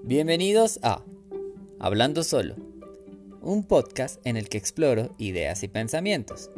Bienvenidos a Hablando Solo, un podcast en el que exploro ideas y pensamientos.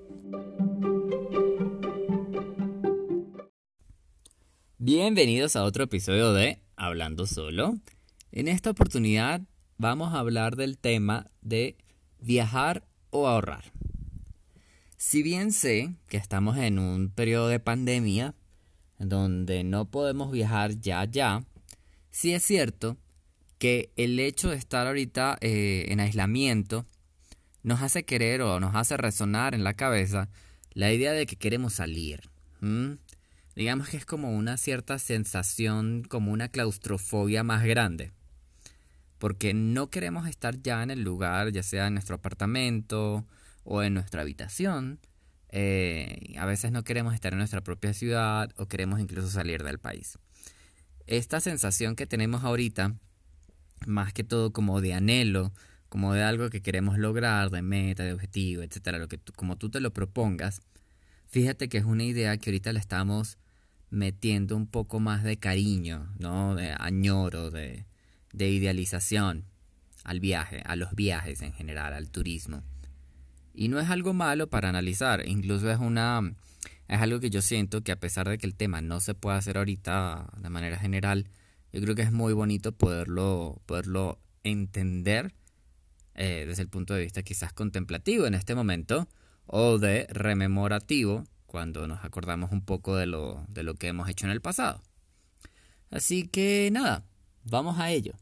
Bienvenidos a otro episodio de Hablando Solo. En esta oportunidad vamos a hablar del tema de viajar o ahorrar. Si bien sé que estamos en un periodo de pandemia donde no podemos viajar ya, sí es cierto que el hecho de estar ahorita en aislamiento nos hace querer o nos hace resonar en la cabeza la idea de que queremos salir. Digamos que es como una cierta sensación, como una claustrofobia más grande. Porque no queremos estar ya en el lugar, ya sea en nuestro apartamento o en nuestra habitación. A veces no queremos estar en nuestra propia ciudad o queremos incluso salir del país. Esta sensación que tenemos ahorita, más que todo como de anhelo, como de algo que queremos lograr, de meta, de objetivo, etcétera, como tú te lo propongas, fíjate que es una idea que ahorita le estamos metiendo un poco más de cariño, ¿no? De añoro, de idealización al viaje, a los viajes en general, al turismo. Y no es algo malo para analizar, incluso es algo que yo siento que a pesar de que el tema no se puede hacer ahorita de manera general, yo creo que es muy bonito poderlo entender desde el punto de vista quizás contemplativo en este momento o de rememorativo cuando nos acordamos un poco de lo que hemos hecho en el pasado. Así que nada, vamos a ello.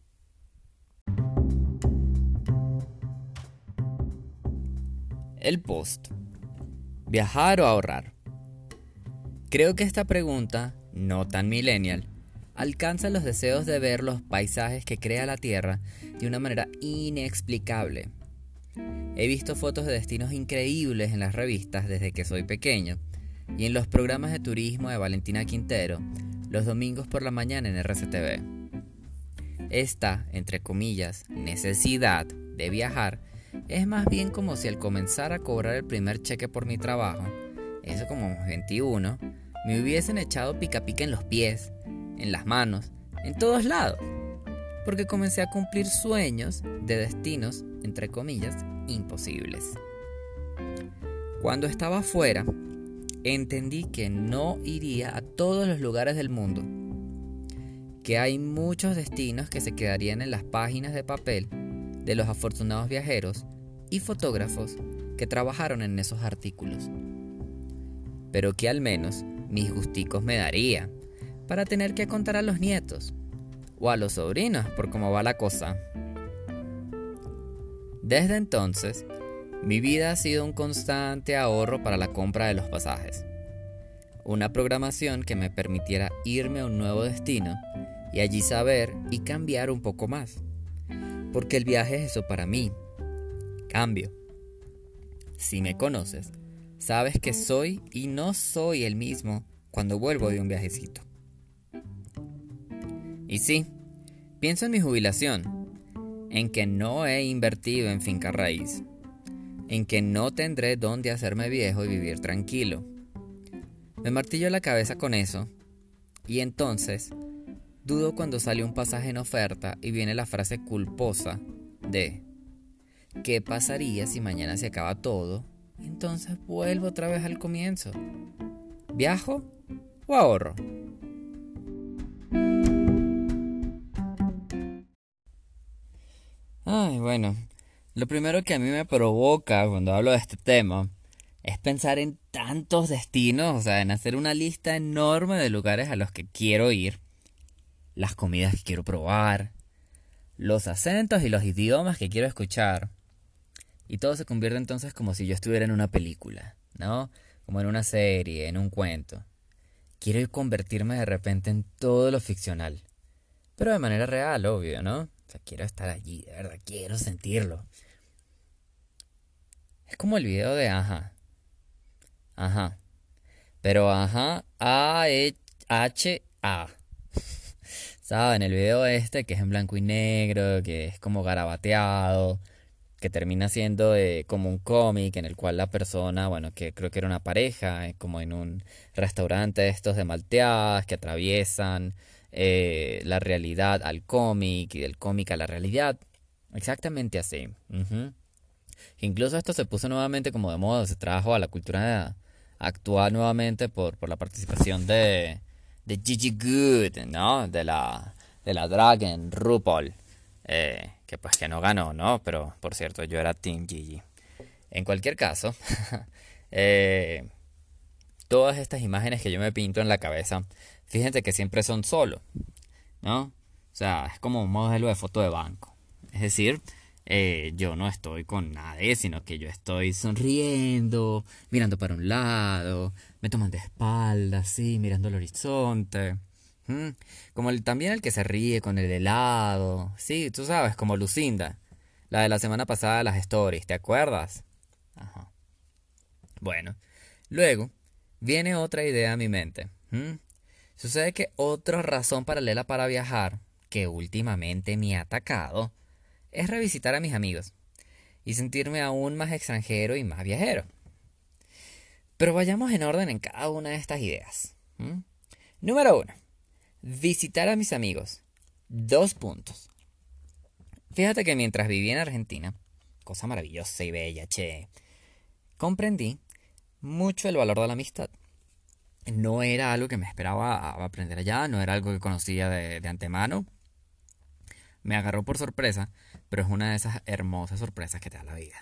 El post. ¿Viajar o ahorrar? Creo que esta pregunta, no tan millennial, alcanza los deseos de ver los paisajes que crea la Tierra de una manera inexplicable. He visto fotos de destinos increíbles en las revistas desde que soy pequeño y en los programas de turismo de Valentina Quintero los domingos por la mañana en RCTV. Esta, entre comillas, necesidad de viajar es más bien como si al comenzar a cobrar el primer cheque por mi trabajo, eso como 21, me hubiesen echado pica pica en los pies, en las manos, en todos lados, porque comencé a cumplir sueños de destinos, entre comillas, imposibles. Cuando estaba afuera, entendí que no iría a todos los lugares del mundo, que hay muchos destinos que se quedarían en las páginas de papel de los afortunados viajeros y fotógrafos que trabajaron en esos artículos, pero que al menos mis gusticos me daría para tener que contar a los nietos o a los sobrinos por cómo va la cosa. Desde entonces, mi vida ha sido un constante ahorro para la compra de los pasajes, una programación que me permitiera irme a un nuevo destino y allí saber y cambiar un poco más, porque el viaje es eso para mí, cambio. Si me conoces, sabes que soy y no soy el mismo cuando vuelvo de un viajecito. Y sí, pienso en mi jubilación, en que no he invertido en finca raíz, en que no tendré dónde hacerme viejo y vivir tranquilo. Me martillo la cabeza con eso, y entonces dudo cuando sale un pasaje en oferta y viene la frase culposa de ¿qué pasaría si mañana se acaba todo? Y entonces vuelvo otra vez al comienzo. ¿Viajo o ahorro? Bueno, lo primero que a mí me provoca cuando hablo de este tema es pensar en tantos destinos, o sea, en hacer una lista enorme de lugares a los que quiero ir, las comidas que quiero probar, los acentos y los idiomas que quiero escuchar. Y todo se convierte entonces como si yo estuviera en una película, ¿no? Como en una serie, en un cuento. Quiero convertirme de repente en todo lo ficcional, pero de manera real, obvio, ¿no? O sea, quiero estar allí, de verdad, quiero sentirlo. Es como el video de Ajá. Ajá. Pero Ajá, A-H-A. ¿Saben? El video este que es en blanco y negro, que es como garabateado, que termina siendo como un cómic en el cual la persona, bueno, que creo que era una pareja, como en un restaurante de estos de malteadas que atraviesan la realidad al cómic y del cómic a la realidad. Exactamente así. Ujú. Incluso esto se puso nuevamente como de moda, se trajo a la cultura actual nuevamente por la participación de Gigi Good, ¿no? De la Dragon, RuPaul. Que pues que no ganó, ¿no? Pero por cierto, yo era Team Gigi. En cualquier caso, eh, todas estas imágenes que yo me pinto en la cabeza, fíjense que siempre son solo, ¿no? O sea, es como un modelo de foto de banco. Es decir, yo no estoy con nadie, sino que yo estoy sonriendo, mirando para un lado, me toman de espaldas, sí, mirando el horizonte. ¿Mm? Como también el que se ríe con el helado, sí, tú sabes, como Lucinda, la de la semana pasada de las stories, ¿te acuerdas? Ajá. Bueno, luego viene otra idea a mi mente. Sucede que otra razón paralela para viajar, que últimamente me ha atacado, es revisitar a mis amigos y sentirme aún más extranjero y más viajero. Pero vayamos en orden en cada una de estas ideas. Número uno, visitar a mis amigos. 2 puntos. Fíjate que mientras vivía en Argentina, cosa maravillosa y bella, che, comprendí mucho el valor de la amistad. No era algo que me esperaba aprender allá, no era algo que conocía de antemano. Me agarró por sorpresa, pero es una de esas hermosas sorpresas que te da la vida.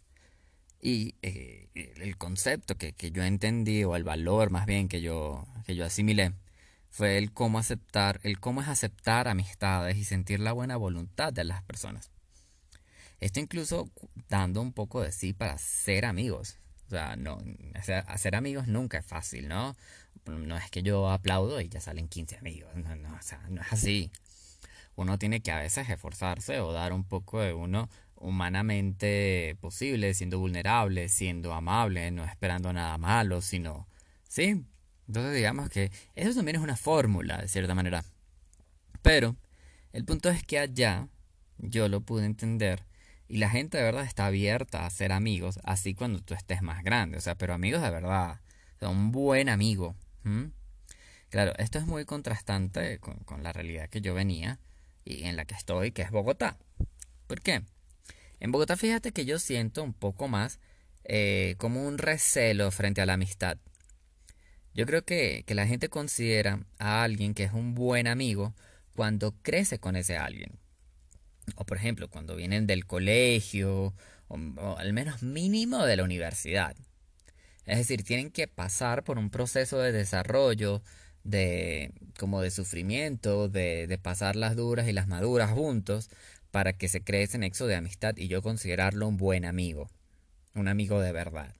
Y el concepto que yo entendí, o el valor más bien que yo asimilé, fue el cómo es aceptar amistades y sentir la buena voluntad de las personas. Esto incluso dando un poco de sí para ser amigos. O sea, no, hacer amigos nunca es fácil, ¿no? No es que yo aplaudo y ya salen 15 amigos. No, no, o sea, no es así. Uno tiene que a veces esforzarse o dar un poco de uno humanamente posible, siendo vulnerable, siendo amable, no esperando nada malo, sino... Sí, entonces digamos que eso también es una fórmula, de cierta manera. Pero el punto es que allá yo lo pude entender y la gente de verdad está abierta a ser amigos, así cuando tú estés más grande, o sea, pero amigos de verdad, o sea, un buen amigo. ¿M? Claro, esto es muy contrastante con la realidad que yo venía y en la que estoy, que es Bogotá. ¿Por qué? En Bogotá fíjate que yo siento un poco más como un recelo frente a la amistad. Yo creo que la gente considera a alguien que es un buen amigo cuando crece con ese alguien. O por ejemplo, cuando vienen del colegio, o al menos mínimo de la universidad. Es decir, tienen que pasar por un proceso de desarrollo, de como de sufrimiento, de pasar las duras y las maduras juntos para que se cree ese nexo de amistad y yo considerarlo un buen amigo, un amigo de verdad.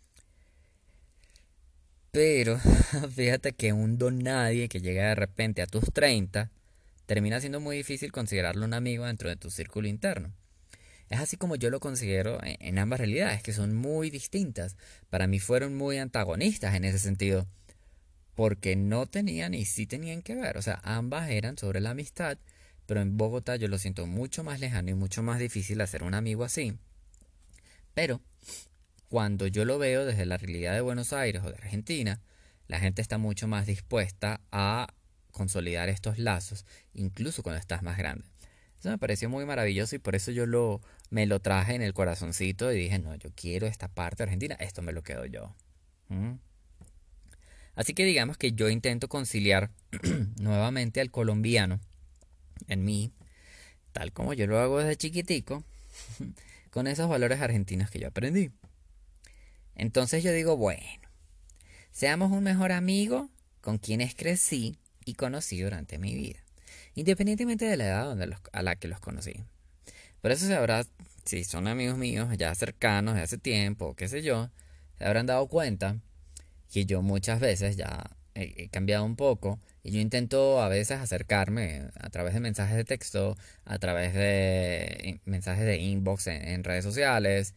Pero fíjate que un don nadie que llega de repente a tus 30 termina siendo muy difícil considerarlo un amigo dentro de tu círculo interno. Es así como yo lo considero en ambas realidades, que son muy distintas. Para mí fueron muy antagonistas en ese sentido, porque no tenían y sí tenían que ver. O sea, ambas eran sobre la amistad, pero en Bogotá yo lo siento mucho más lejano y mucho más difícil hacer un amigo así. Pero cuando yo lo veo desde la realidad de Buenos Aires o de Argentina, la gente está mucho más dispuesta a consolidar estos lazos, incluso cuando estás más grande. Eso me pareció muy maravilloso y por eso me lo traje en el corazoncito y dije, no, yo quiero esta parte de Argentina, esto me lo quedo yo. ¿Mm? Así que digamos que yo intento conciliar nuevamente al colombiano en mí, tal como yo lo hago desde chiquitico, con esos valores argentinos que yo aprendí. Entonces yo digo, bueno, seamos un mejor amigo con quienes crecí y conocí durante mi vida, independientemente de la edad a la que los conocí. Por eso se habrá, si son amigos míos ya cercanos de hace tiempo, o qué sé yo, se habrán dado cuenta que yo muchas veces ya he cambiado un poco y yo intento a veces acercarme a través de mensajes de texto, a través de mensajes de inbox en redes sociales,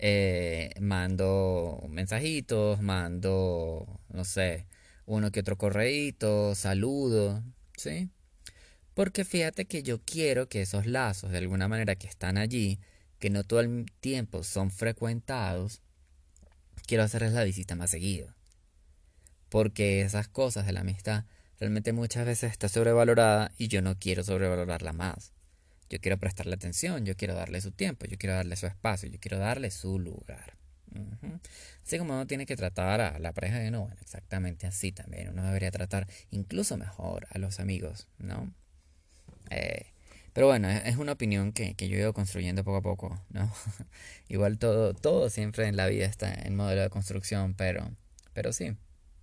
mando mensajitos, mando, no sé, uno que otro correíto, saludo, ¿sí? Porque fíjate que yo quiero que esos lazos, de alguna manera que están allí, que no todo el tiempo son frecuentados, quiero hacerles la visita más seguido porque esas cosas de la amistad realmente muchas veces está sobrevalorada y yo no quiero sobrevalorarla más. Yo quiero prestarle atención, yo quiero darle su tiempo, yo quiero darle su espacio, yo quiero darle su lugar. Ujú. Así como uno tiene que tratar a la pareja de uno, bueno, exactamente así también. Uno debería tratar incluso mejor a los amigos, ¿no? Eh, pero bueno, es una opinión que yo he ido construyendo poco a poco, ¿no? Igual todo siempre en la vida está en modelo de construcción, pero sí.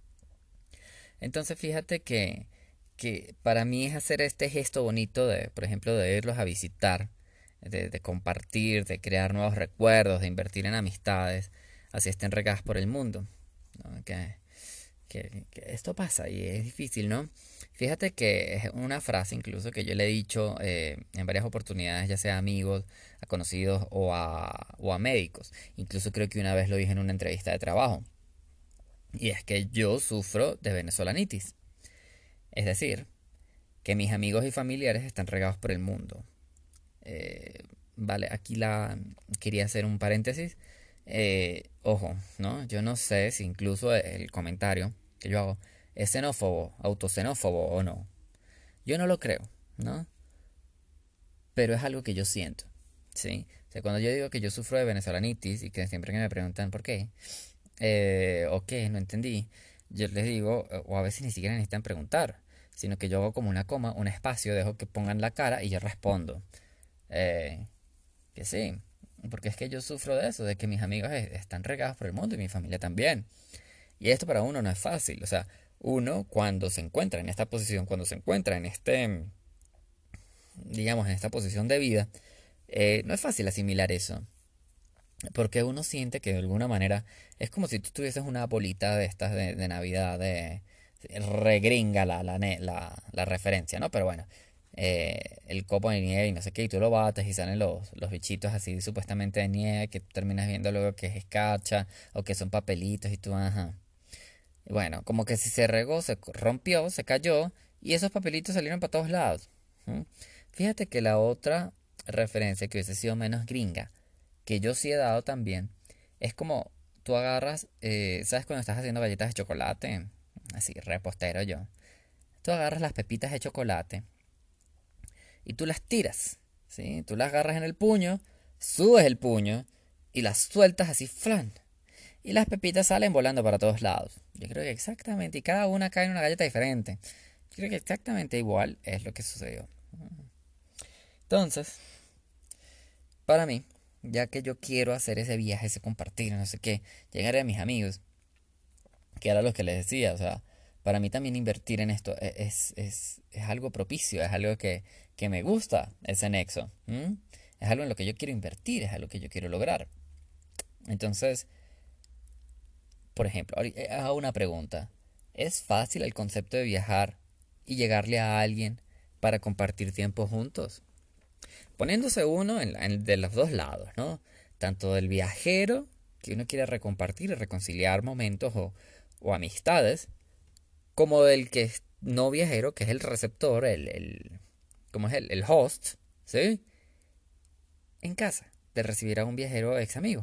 Entonces fíjate que para mí es hacer este gesto bonito de, por ejemplo, de irlos a visitar, de compartir, de crear nuevos recuerdos, de invertir en amistades, así estén regadas por el mundo, ¿no? Que esto pasa y es difícil, ¿no? Fíjate que es una frase incluso que yo le he dicho en varias oportunidades, ya sea a amigos, a conocidos o a médicos. Incluso creo que una vez lo dije en una entrevista de trabajo. Y es que yo sufro de venezolanitis. Es decir, que mis amigos y familiares están regados por el mundo. Vale, aquí quería hacer un paréntesis. Ojo, ¿no? Yo no sé si incluso el comentario que yo hago es xenófobo, autoxenófobo o no. Yo no lo creo, ¿no? Pero es algo que yo siento, ¿sí? O sea, cuando yo digo que yo sufro de venezolanitis y que siempre que me preguntan por qué, o qué, no entendí, yo les digo, o a veces ni siquiera necesitan preguntar, sino que yo hago como una coma, un espacio, dejo que pongan la cara y yo respondo. Eh, que sí, porque es que yo sufro de eso, de que mis amigos están regados por el mundo y mi familia también. Y esto para uno no es fácil, o sea, uno cuando se encuentra en esta posición, cuando se encuentra en digamos, en esta posición de vida, no es fácil asimilar eso. Porque uno siente que de alguna manera es como si tú tuvieses una bolita de estas de Navidad, de regringa la referencia, ¿no? Pero bueno, el copo de nieve y no sé qué, y tú lo bates y salen los bichitos así supuestamente de nieve que tú terminas viendo luego que es escarcha o que son papelitos y tú, ajá. Bueno, como que si se regó, se rompió, se cayó y esos papelitos salieron para todos lados. ¿Mm? Fíjate que la otra referencia que hubiese sido menos gringa, que yo sí he dado también, es como tú agarras, ¿sabes cuando estás haciendo galletas de chocolate? Así, repostero yo. Tú agarras las pepitas de chocolate y tú las tiras, ¿sí? Tú las agarras en el puño, subes el puño y las sueltas así, flan. Y las pepitas salen volando para todos lados. Yo creo que exactamente, y cada una cae en una galleta diferente. Yo creo que exactamente igual es lo que sucedió. Entonces, para mí, ya que yo quiero hacer ese viaje, ese compartir, no sé qué, llegar a mis amigos, que era lo que les decía, o sea, para mí también invertir en esto es algo propicio, es algo que me gusta, ese nexo. ¿M? Es algo en lo que yo quiero invertir, es algo que yo quiero lograr. Entonces, por ejemplo, hago una pregunta. ¿Es fácil el concepto de viajar y llegarle a alguien para compartir tiempo juntos? Poniéndose uno de los dos lados, ¿no? Tanto del viajero, que uno quiere recompartir y reconciliar momentos o amistades, como del que es no viajero, que es el receptor, ¿cómo es el host, ¿sí? En casa, de recibir a un viajero ex amigo.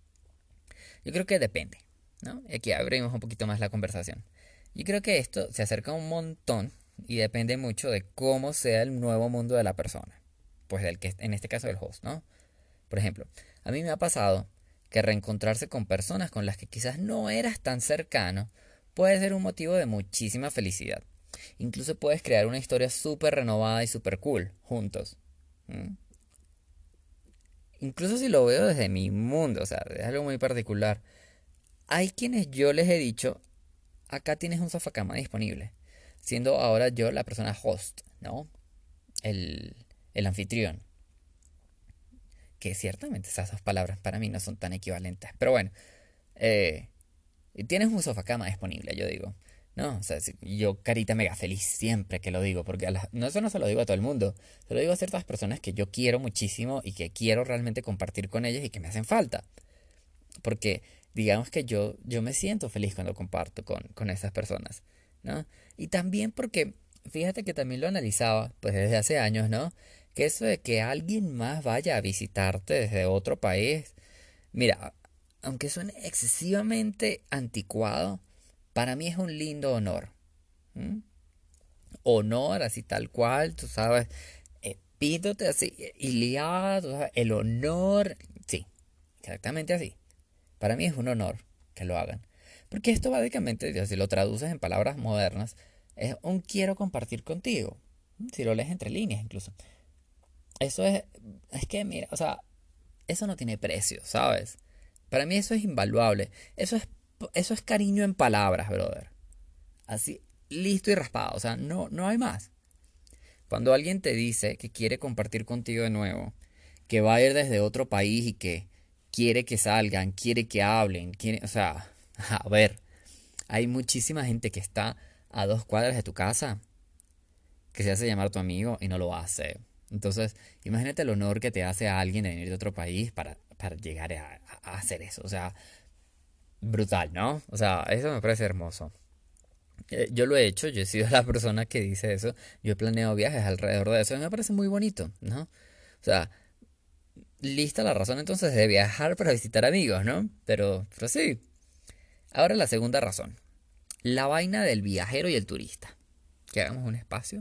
Yo creo que depende, ¿no? Y aquí abrimos un poquito más la conversación. Yo creo que esto se acerca un montón y depende mucho de cómo sea el nuevo mundo de la persona. Pues del que, en este caso, del host, ¿no? Por ejemplo, a mí me ha pasado que reencontrarse con personas con las que quizás no eras tan cercano puede ser un motivo de muchísima felicidad. Incluso puedes crear una historia súper renovada y súper cool juntos. ¿Mm? Incluso si lo veo desde mi mundo, o sea, es algo muy particular. Hay quienes yo les he dicho, acá tienes un sofacama disponible, siendo ahora yo la persona host, ¿no? El anfitrión. Que ciertamente esas dos palabras para mí no son tan equivalentes. Pero bueno, eh, tienes un sofacama disponible, yo digo. No, o sea, yo carita mega feliz siempre que lo digo, porque no, eso no se lo digo a todo el mundo, se lo digo a ciertas personas que yo quiero muchísimo y que quiero realmente compartir con ellos y que me hacen falta. Porque digamos que yo me siento feliz cuando comparto con esas personas, ¿no? Y también porque, fíjate que también lo analizaba, pues desde hace años, ¿no? Que eso de que alguien más vaya a visitarte desde otro país, mira, aunque suene excesivamente anticuado, para mí es un lindo honor. ¿M? honor, así tal cual, tú sabes, epítote así, Ilíada, tú sabes, el honor, sí, exactamente así. Para mí es un honor que lo hagan. Porque esto básicamente, si lo traduces en palabras modernas, es un quiero compartir contigo. Si lo lees entre líneas incluso. Eso es que mira, o sea, eso no tiene precio, ¿sabes? Para mí eso es invaluable. Eso es cariño en palabras, brother. Así, listo y raspado. O sea, no hay más. Cuando alguien te dice que quiere compartir contigo de nuevo, que va a ir desde otro país y que quiere que salgan, quiere que hablen, quiere, o sea, a ver, hay muchísima gente que está a 2 cuadras de tu casa que se hace llamar tu amigo y no lo hace. Entonces, imagínate el honor que te hace a alguien de venir de otro país para llegar a hacer eso. O sea, brutal, ¿no? O sea, eso me parece hermoso. Yo lo he hecho, yo he sido la persona que dice eso. Yo he planeado viajes alrededor de eso y me parece muy bonito, ¿no? O sea, lista la razón entonces de viajar para visitar amigos, ¿no? Pero sí. Ahora la segunda razón. La vaina del viajero y el turista. Que hagamos un espacio.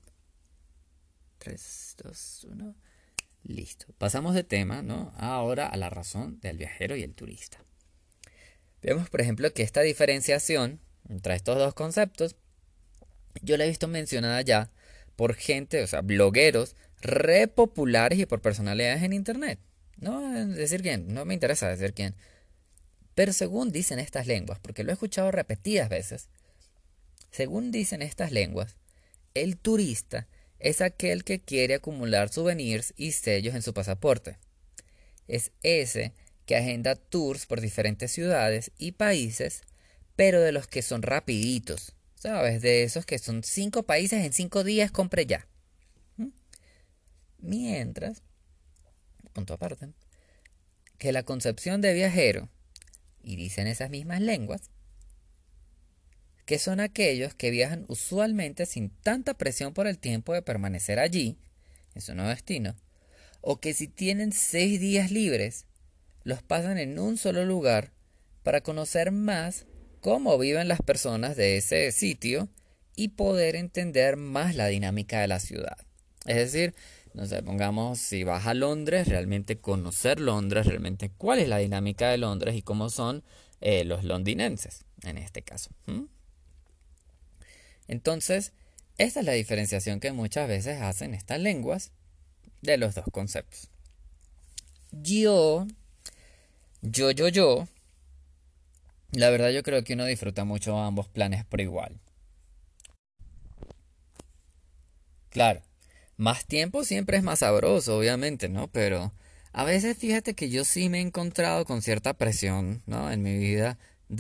3, 2, 1. Listo. Pasamos de tema, ¿no? Ahora a la razón del viajero y el turista. Vemos, por ejemplo, que esta diferenciación entre estos dos conceptos, yo la he visto mencionada ya por gente, o sea, blogueros re populares y por personalidades en internet. No decir quién, no me interesa decir quién. Pero según dicen estas lenguas, porque lo he escuchado repetidas veces, según dicen estas lenguas, el turista es aquel que quiere acumular souvenirs y sellos en su pasaporte. Es ese que agenda tours por diferentes ciudades y países, pero de los que son rapiditos, ¿sabes? De esos que son 5 países en 5 días, compre ya. ¿Mm? Mientras, punto aparte, que la concepción de viajero, y dicen esas mismas lenguas, que son aquellos que viajan usualmente sin tanta presión por el tiempo de permanecer allí, en su nuevo destino, o que si tienen 6 días libres, los pasan en un solo lugar para conocer más cómo viven las personas de ese sitio y poder entender más la dinámica de la ciudad. Es decir, no sé, pongamos, si vas a Londres, realmente conocer Londres, realmente cuál es la dinámica de Londres y cómo son los londinenses, en este caso. Entonces, esta es la diferenciación que muchas veces hacen estas lenguas de los dos conceptos. Yo, yo, la verdad yo creo que uno disfruta mucho ambos planes por igual. Claro, más tiempo siempre es más sabroso, obviamente, ¿no? Pero a veces fíjate que yo sí me he encontrado con cierta presión, ¿no? En mi vida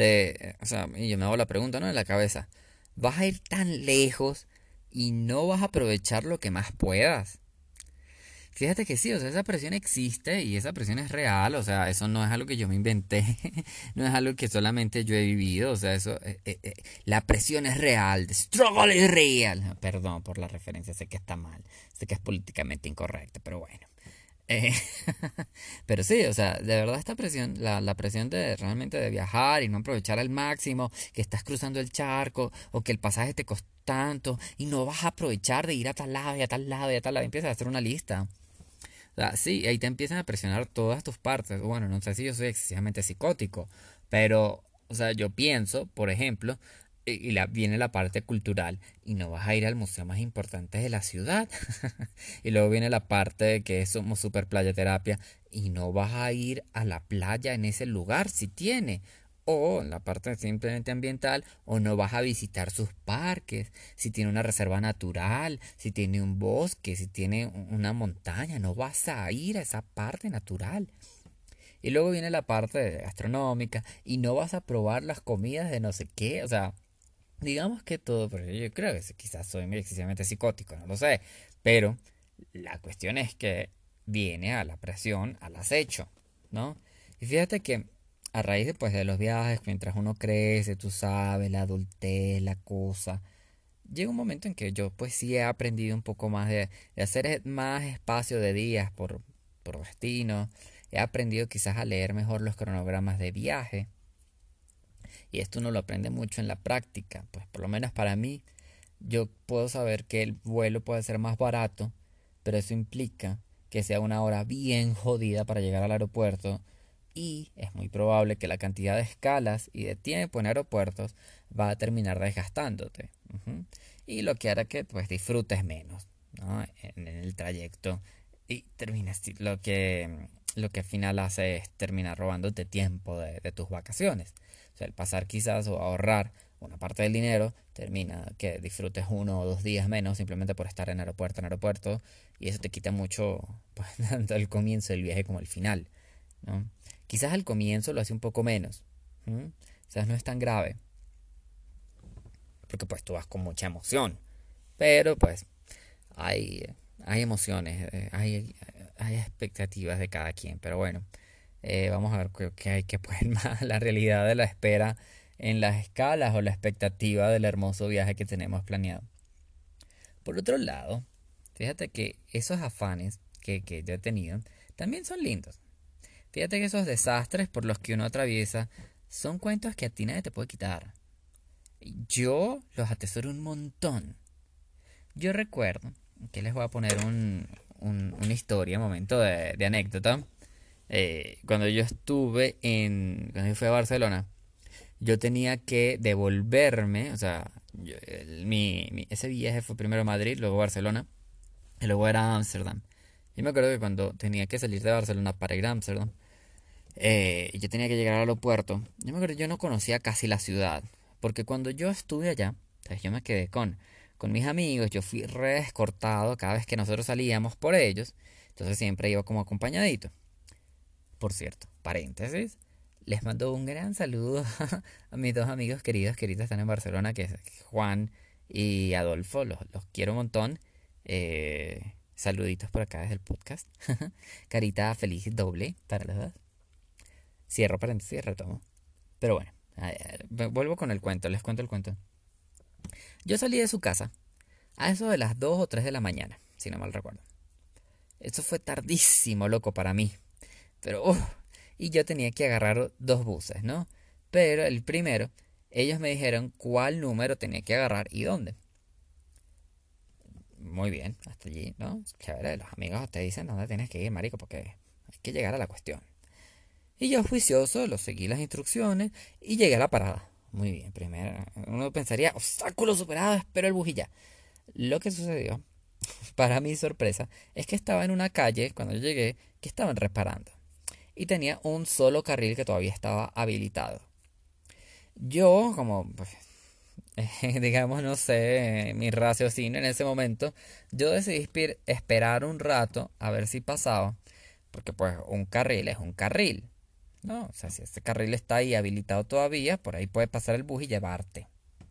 o sea, y yo me hago la pregunta, ¿no? En la cabeza, ¿vas a ir tan lejos y no vas a aprovechar lo que más puedas? Fíjate que sí, o sea, esa presión existe y esa presión es real, o sea, eso no es algo que yo me inventé, no es algo que solamente yo he vivido, o sea, la presión es real, the struggle is real. Perdón por la referencia, sé que está mal, sé que es políticamente incorrecto, pero bueno. Eh, pero sí, o sea, de verdad esta presión, la presión de realmente de viajar y no aprovechar al máximo, que estás cruzando el charco o que el pasaje te costó tanto y no vas a aprovechar de ir a tal lado y a tal lado y a tal lado, empiezas a hacer una lista. O sea, sí, ahí te empiezan a presionar todas tus partes. Bueno, no sé si yo soy excesivamente psicótico, pero, o sea, yo pienso, por ejemplo, viene la parte cultural y no vas a ir al museo más importante de la ciudad. Y luego viene la parte de que somos super playa terapia y no vas a ir a la playa en ese lugar si tiene. O en la parte simplemente ambiental, o no vas a visitar sus parques, si tiene una reserva natural, si tiene un bosque, si tiene una montaña, no vas a ir a esa parte natural. Y luego viene la parte gastronómica y no vas a probar las comidas de no sé qué, o sea, digamos que todo, pero yo creo que quizás soy muy excesivamente psicótico, no lo sé, pero la cuestión es que viene a la presión, al acecho, ¿no? Y fíjate que a raíz después de los viajes, mientras uno crece, tú sabes, la adultez, la cosa, llega un momento en que yo pues sí he aprendido un poco más de hacer más espacio de días por destino, he aprendido quizás a leer mejor los cronogramas de viaje, y esto uno lo aprende mucho en la práctica, pues por lo menos para mí, yo puedo saber que el vuelo puede ser más barato, pero eso implica que sea una hora bien jodida para llegar al aeropuerto y es muy probable que la cantidad de escalas y de tiempo en aeropuertos va a terminar desgastándote. Ujú. Y lo que hará que pues disfrutes menos, ¿no? en el trayecto y terminas lo que al final hace es terminar robándote tiempo de tus vacaciones. O sea, el pasar quizás o ahorrar una parte del dinero termina que disfrutes 1 o 2 días menos simplemente por estar en aeropuerto, y eso te quita mucho, pues, tanto el comienzo del viaje como el final, ¿no? Quizás al comienzo lo hace un poco menos, ¿m? Quizás no es tan grave, porque pues tú vas con mucha emoción, pero pues hay, hay emociones, hay expectativas de cada quien, pero bueno, vamos a ver qué hay que poner más la realidad de la espera en las escalas o la expectativa del hermoso viaje que tenemos planeado. Por otro lado, fíjate que esos afanes que yo he tenido también son lindos. Fíjate que esos desastres por los que uno atraviesa son cuentos que a ti nadie te puede quitar. Yo los atesoro un montón. Yo recuerdo, que les voy a poner una historia, un momento de anécdota. Cuando yo fui a Barcelona, yo tenía que devolverme, o sea, ese viaje fue primero a Madrid, luego a Barcelona, y luego era a Ámsterdam. Y me acuerdo que cuando tenía que salir de Barcelona para ir a Ámsterdam, yo tenía que llegar al aeropuerto. Yo me acuerdo, yo no conocía casi la ciudad, porque cuando yo estuve allá, entonces yo me quedé con mis amigos, yo fui re escortado cada vez que nosotros salíamos por ellos, entonces siempre iba como acompañadito. Por cierto, paréntesis, les mando un gran saludo a mis dos amigos queridos que ahorita están en Barcelona, que es Juan y Adolfo, los quiero un montón. Saluditos por acá desde el podcast. Carita feliz doble para los dos. Cierro paréntesis y retomo. Pero bueno, vuelvo con el cuento, les cuento el cuento. Yo salí de su casa a eso de las 2 o 3 de la mañana, si no mal recuerdo. Eso fue tardísimo, loco, para mí. Pero, y yo tenía que agarrar dos buses, ¿no? Pero el primero, ellos me dijeron cuál número tenía que agarrar y dónde. Muy bien, hasta allí, ¿no? Chévere, los amigos te dicen dónde tienes que ir, marico, porque hay que llegar a la cuestión. Y yo juicioso, lo seguí las instrucciones y llegué a la parada. Muy bien, primero uno pensaría, obstáculo superado, espero el bus y ya. Lo que sucedió, para mi sorpresa, es que estaba en una calle, cuando yo llegué, que estaban reparando. Y tenía un solo carril que todavía estaba habilitado. Yo, como, pues, digamos, no sé, mi raciocinio en ese momento, yo decidí esperar un rato a ver si pasaba, porque pues un carril es un carril, ¿no? O sea, si ese carril está ahí habilitado todavía, por ahí puede pasar el bus y llevarte.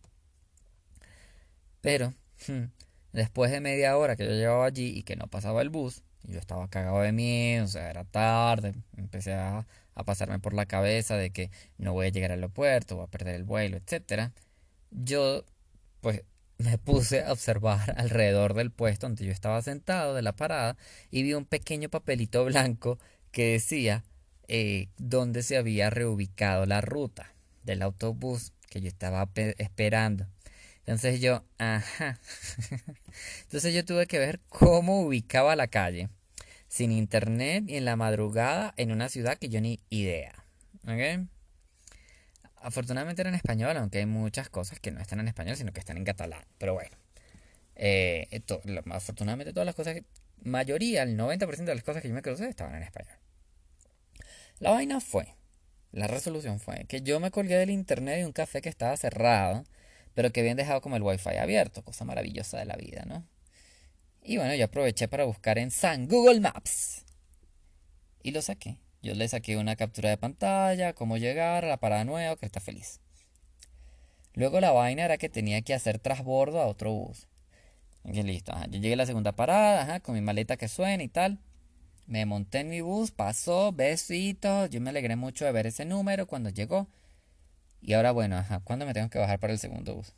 Pero, después de media hora que yo llevaba allí y que no pasaba el bus, y yo estaba cagado de miedo, o sea, era tarde, empecé a pasarme por la cabeza de que no voy a llegar al aeropuerto, voy a perder el vuelo, etcétera. Yo, pues, me puse a observar alrededor del puesto donde yo estaba sentado de la parada y vi un pequeño papelito blanco que decía dónde se había reubicado la ruta del autobús que yo estaba esperando. Entonces yo, ajá. Entonces yo tuve que ver cómo ubicaba la calle, sin internet y en la madrugada en una ciudad que yo ni idea. ¿Ok? Afortunadamente era en español, aunque hay muchas cosas que no están en español, sino que están en catalán. Pero bueno, afortunadamente todas las cosas, mayoría, el 90% de las cosas que yo me crucé estaban en español. La vaina fue, la resolución fue que yo me colgué del internet de un café que estaba cerrado, pero que habían dejado como el wifi abierto, cosa maravillosa de la vida, ¿no? Y bueno, yo aproveché para buscar en San Google Maps y lo saqué. Yo le saqué una captura de pantalla, cómo llegar a la parada nueva, que está feliz. Luego la vaina era que tenía que hacer trasbordo a otro bus. Y listo, ajá. Yo llegué a la segunda parada, ajá, con mi maleta que suena y tal. Me monté en mi bus, pasó, besitos. Yo me alegré mucho de ver ese número cuando llegó. Y ahora, bueno, ajá, ¿cuándo me tengo que bajar para el segundo bus?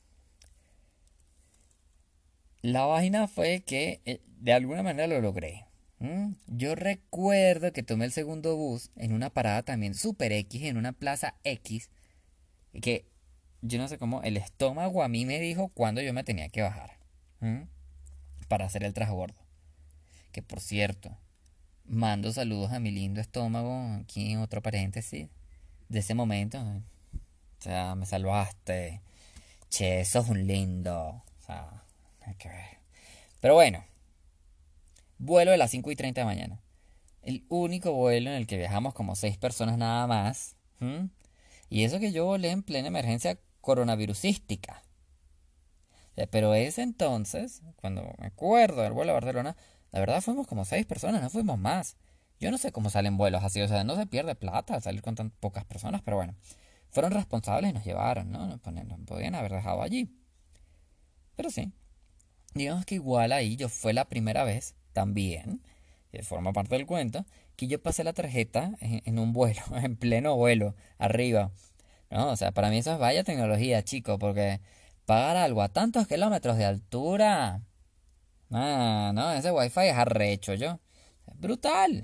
La vaina fue que de alguna manera lo logré. Yo recuerdo que tomé el segundo bus en una parada también super X, en una plaza X, que yo no sé cómo, el estómago a mí me dijo cuándo yo me tenía que bajar. ¿M? Para hacer el transbordo. Que por cierto, mando saludos a mi lindo estómago, aquí en otro paréntesis, de ese momento. O sea, me salvaste. Che, sos un lindo. O sea, hay que ver. Pero bueno, vuelo de las 5:30 de la mañana. El único vuelo en el que viajamos como 6 personas nada más. ¿M? Y eso que yo volé en plena emergencia coronavirusística. Pero ese entonces, cuando me acuerdo del vuelo a Barcelona, la verdad fuimos como 6 personas, no fuimos más. Yo no sé cómo salen vuelos así, o sea, no se pierde plata al salir con tan pocas personas, pero bueno, fueron responsables y nos llevaron, ¿no? Nos podían haber dejado allí. Pero sí, digamos que igual ahí yo fue la primera vez también, que forma parte del cuento, que yo pasé la tarjeta en un vuelo, en pleno vuelo, arriba. No, o sea, para mí eso es vaya tecnología, chico, porque pagar algo a tantos kilómetros de altura. Ah, no, ese wifi es arrecho yo. Es brutal.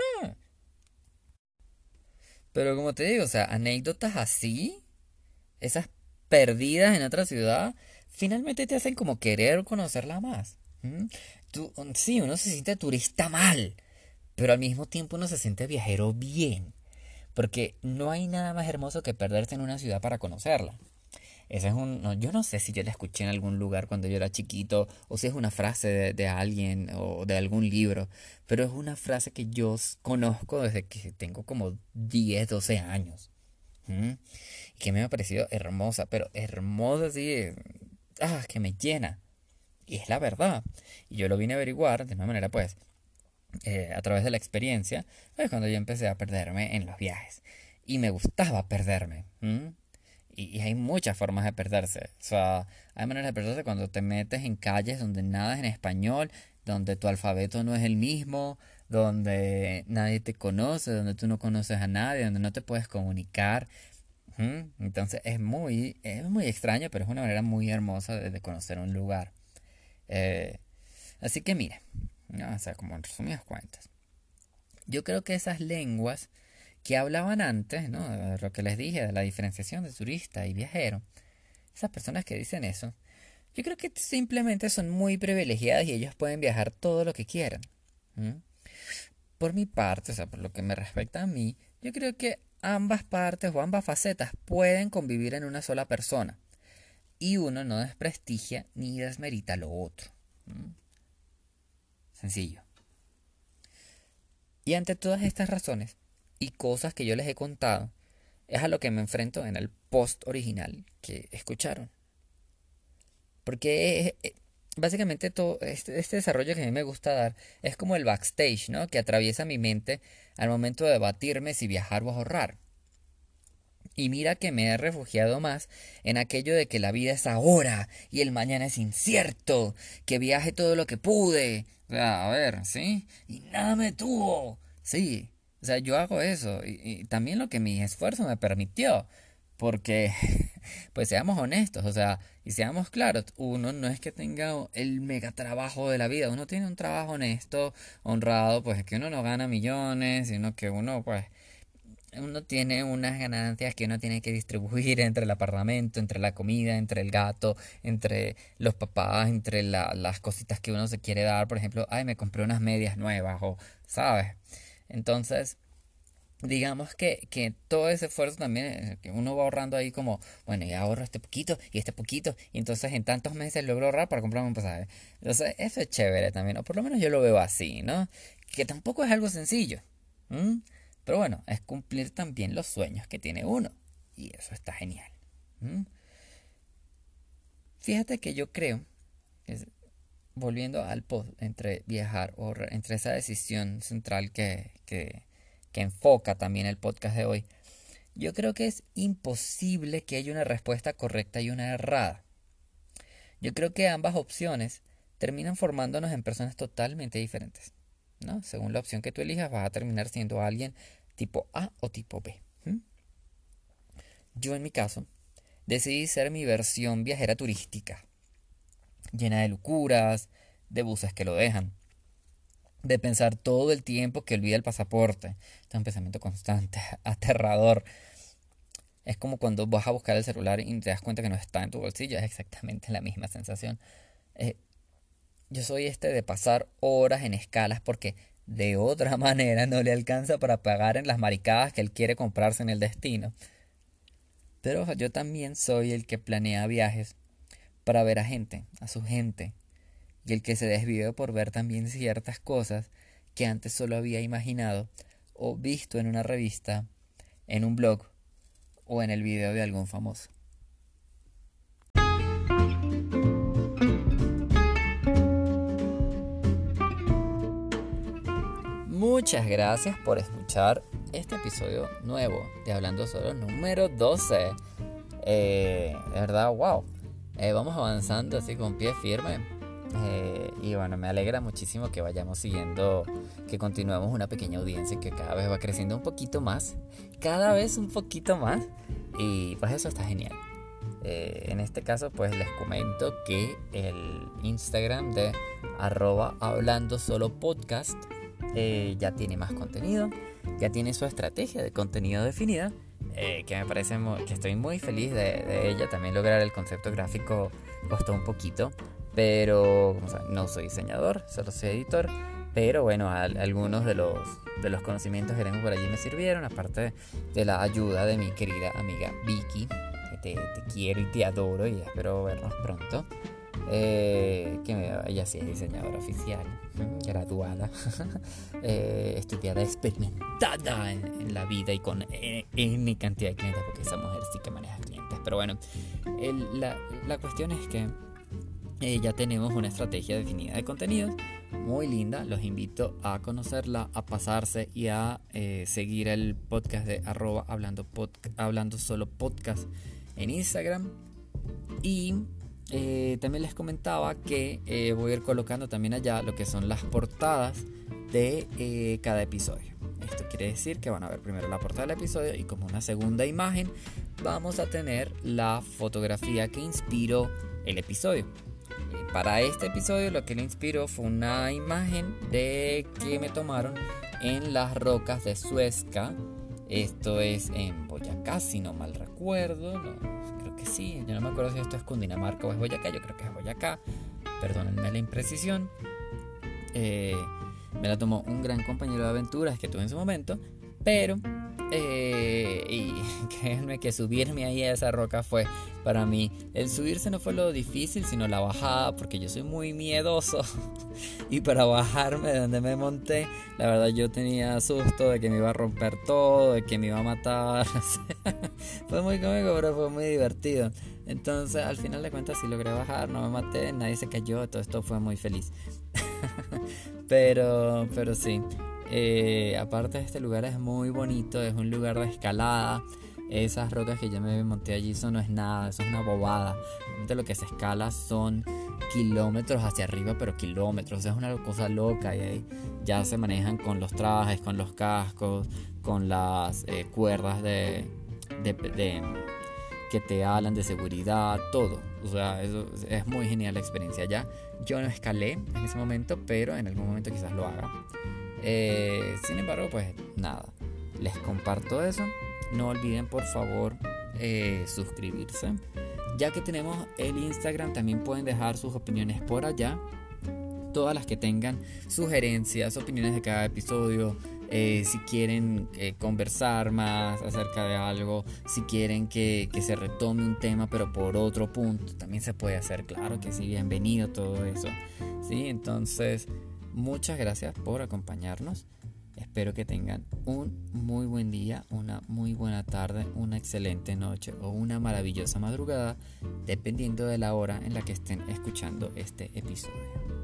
Pero como te digo, o sea, anécdotas así, esas perdidas en otra ciudad, finalmente te hacen como querer conocerla más. ¿Mm? Sí, uno se siente turista mal, pero al mismo tiempo uno se siente viajero bien. Porque no hay nada más hermoso que perderse en una ciudad para conocerla. Ese es un, no, yo no sé si yo la escuché en algún lugar cuando yo era chiquito o si es una frase de alguien o de algún libro, pero es una frase que yo conozco desde que tengo como 10 12 años. ¿M? Y que me ha parecido hermosa, pero hermosa así, que me llena. Y es la verdad. Y yo lo vine a averiguar de una manera, pues, a través de la experiencia, pues cuando yo empecé a perderme en los viajes. Y me gustaba perderme. ¿M? Y hay muchas formas de perderse. O sea, hay maneras de perderse cuando te metes en calles donde nada es en español, donde tu alfabeto no es el mismo, donde nadie te conoce, donde tú no conoces a nadie, donde no te puedes comunicar. Ujú. Entonces es muy extraño, pero es una manera muy hermosa de conocer un lugar. Eh, Así que mira, ¿no? O sea, como en resumidas cuentas. Yo creo que esas lenguas que hablaban antes, ¿no? Lo que les dije de la diferenciación de turista y viajero, esas personas que dicen eso, yo creo que simplemente son muy privilegiadas y ellos pueden viajar todo lo que quieran. ¿M? Por mi parte, o sea, por lo que me respecta a mí, yo creo que ambas partes o ambas facetas pueden convivir en una sola persona y uno no desprestigia ni desmerita lo otro. ¿M? Sencillo. Y ante todas estas razones y cosas que yo les he contado, es a lo que me enfrento en el post original que escucharon. Porque básicamente todo este desarrollo que a mí me gusta dar es como el backstage, ¿no? Que atraviesa mi mente al momento de debatirme si viajar o ahorrar. Y mira que me he refugiado más en aquello de que la vida es ahora y el mañana es incierto, que viaje todo lo que pude. O sea, a ver, ¿sí? Y nada me tuvo. Sí, o sea, yo hago eso y también lo que mi esfuerzo me permitió. Porque, pues seamos honestos, o sea, y seamos claros, uno no es que tenga el mega trabajo de la vida, uno tiene un trabajo honesto, honrado, pues es que uno no gana millones, sino que uno tiene unas ganancias que uno tiene que distribuir entre el apartamento, entre la comida, entre el gato, entre los papás, entre las cositas que uno se quiere dar. Por ejemplo, ay, me compré unas medias nuevas o, ¿sabes? Entonces, digamos que todo ese esfuerzo también, que uno va ahorrando ahí como, bueno, ya ahorro este poquito, y entonces en tantos meses logro ahorrar para comprarme un pasaje. Entonces, eso es chévere también, o por lo menos yo lo veo así, ¿no? Que tampoco es algo sencillo. ¿M? Pero bueno, es cumplir también los sueños que tiene uno, y eso está genial. ¿M? Fíjate que yo creo, es- volviendo al post, entre viajar o ahorrar, entre esa decisión central que enfoca también el podcast de hoy, yo creo que es imposible que haya una respuesta correcta y una errada. Yo creo que ambas opciones terminan formándonos en personas totalmente diferentes, ¿no? Según la opción que tú elijas, vas a terminar siendo alguien tipo A o tipo B. ¿M? Yo en mi caso decidí ser mi versión viajera turística, llena de locuras, de buses que lo dejan, de pensar todo el tiempo que olvida el pasaporte. Este es un pensamiento constante, aterrador. Es como cuando vas a buscar el celular y te das cuenta que no está en tu bolsillo, es exactamente la misma sensación. Eh, yo soy de pasar horas en escalas porque de otra manera no le alcanza para pagar en las maricadas que él quiere comprarse en el destino. Pero ojo, yo también soy el que planea viajes para ver a gente, a su gente, y el que se desvive por ver también ciertas cosas que antes solo había imaginado o visto en una revista, en un blog o en el video de algún famoso. Muchas gracias por escuchar este episodio nuevo de Hablando Solo número 12. De verdad, wow. Vamos avanzando así con pie firme. Y bueno, me alegra muchísimo que vayamos siguiendo, que continuemos una pequeña audiencia que cada vez va creciendo un poquito más. Cada vez un poquito más. Y pues eso está genial. En este caso pues les comento que el Instagram de @hablandosolopodcast ya tiene más contenido, ya tiene su estrategia de contenido definida, que me parece que estoy muy feliz de ella. También lograr el concepto gráfico costó un poquito, pero o sea, no soy diseñador, solo soy editor. Pero bueno, algunos de los conocimientos que tengo por allí me sirvieron, aparte de la ayuda de mi querida amiga Vicky, que te quiero y te adoro y espero vernos pronto. Ella sí es diseñadora oficial, graduada, estudiada, experimentada en la vida y con N cantidad de clientes, porque esa mujer sí que maneja clientes. Pero bueno, la cuestión es que ya tenemos una estrategia definida de contenidos muy linda. Los invito a conocerla, a pasarse y a seguir el podcast de @hablando solo podcast en Instagram. Y también les comentaba que voy a ir colocando también allá lo que son las portadas de cada episodio. Esto quiere decir que van a ver primero la portada del episodio y como una segunda imagen vamos a tener la fotografía que inspiró el episodio. Para este episodio lo que le inspiró fue una imagen que me tomaron en las rocas de Suezca. Esto es en Boyacá, si no mal recuerdo. No, creo que sí. Yo no me acuerdo si esto es Cundinamarca o es Boyacá. Yo creo que es Boyacá. Perdónenme la imprecisión. Me la tomó un gran compañero de aventuras que tuve en su momento. Pero y créanme que subirme ahí a esa roca fue para mí, el subirse no fue lo difícil, sino la bajada, porque yo soy muy miedoso. Y para bajarme de donde me monté, la verdad yo tenía susto de que me iba a romper todo, de que me iba a matar. Fue muy cómico, pero fue muy divertido. Entonces al final de cuentas sí logré bajar, no me maté, nadie se cayó, todo esto fue muy feliz. pero sí, aparte de este lugar es muy bonito, es un lugar de escalada. Esas rocas que yo me monté allí, eso no es nada, eso es una bobada. Realmente lo que se escala son kilómetros hacia arriba, pero kilómetros, es una cosa loca. Y ahí ya se manejan con los trajes, con los cascos, con las cuerdas que te hablan de seguridad, todo. O sea, eso es muy genial la experiencia. Ya yo no escalé en ese momento, pero en algún momento quizás lo haga. Sin embargo, pues nada, les comparto eso. No olviden por favor suscribirse. Ya que tenemos el Instagram, también pueden dejar sus opiniones por allá. Todas las que tengan sugerencias, opiniones de cada episodio. Si quieren conversar más acerca de algo, si quieren que se retome un tema pero por otro punto, también se puede hacer. Claro que sí, bienvenido todo eso, ¿sí? Entonces, muchas gracias por acompañarnos. Espero que tengan un muy buen día, una muy buena tarde, una excelente noche o una maravillosa madrugada, dependiendo de la hora en la que estén escuchando este episodio.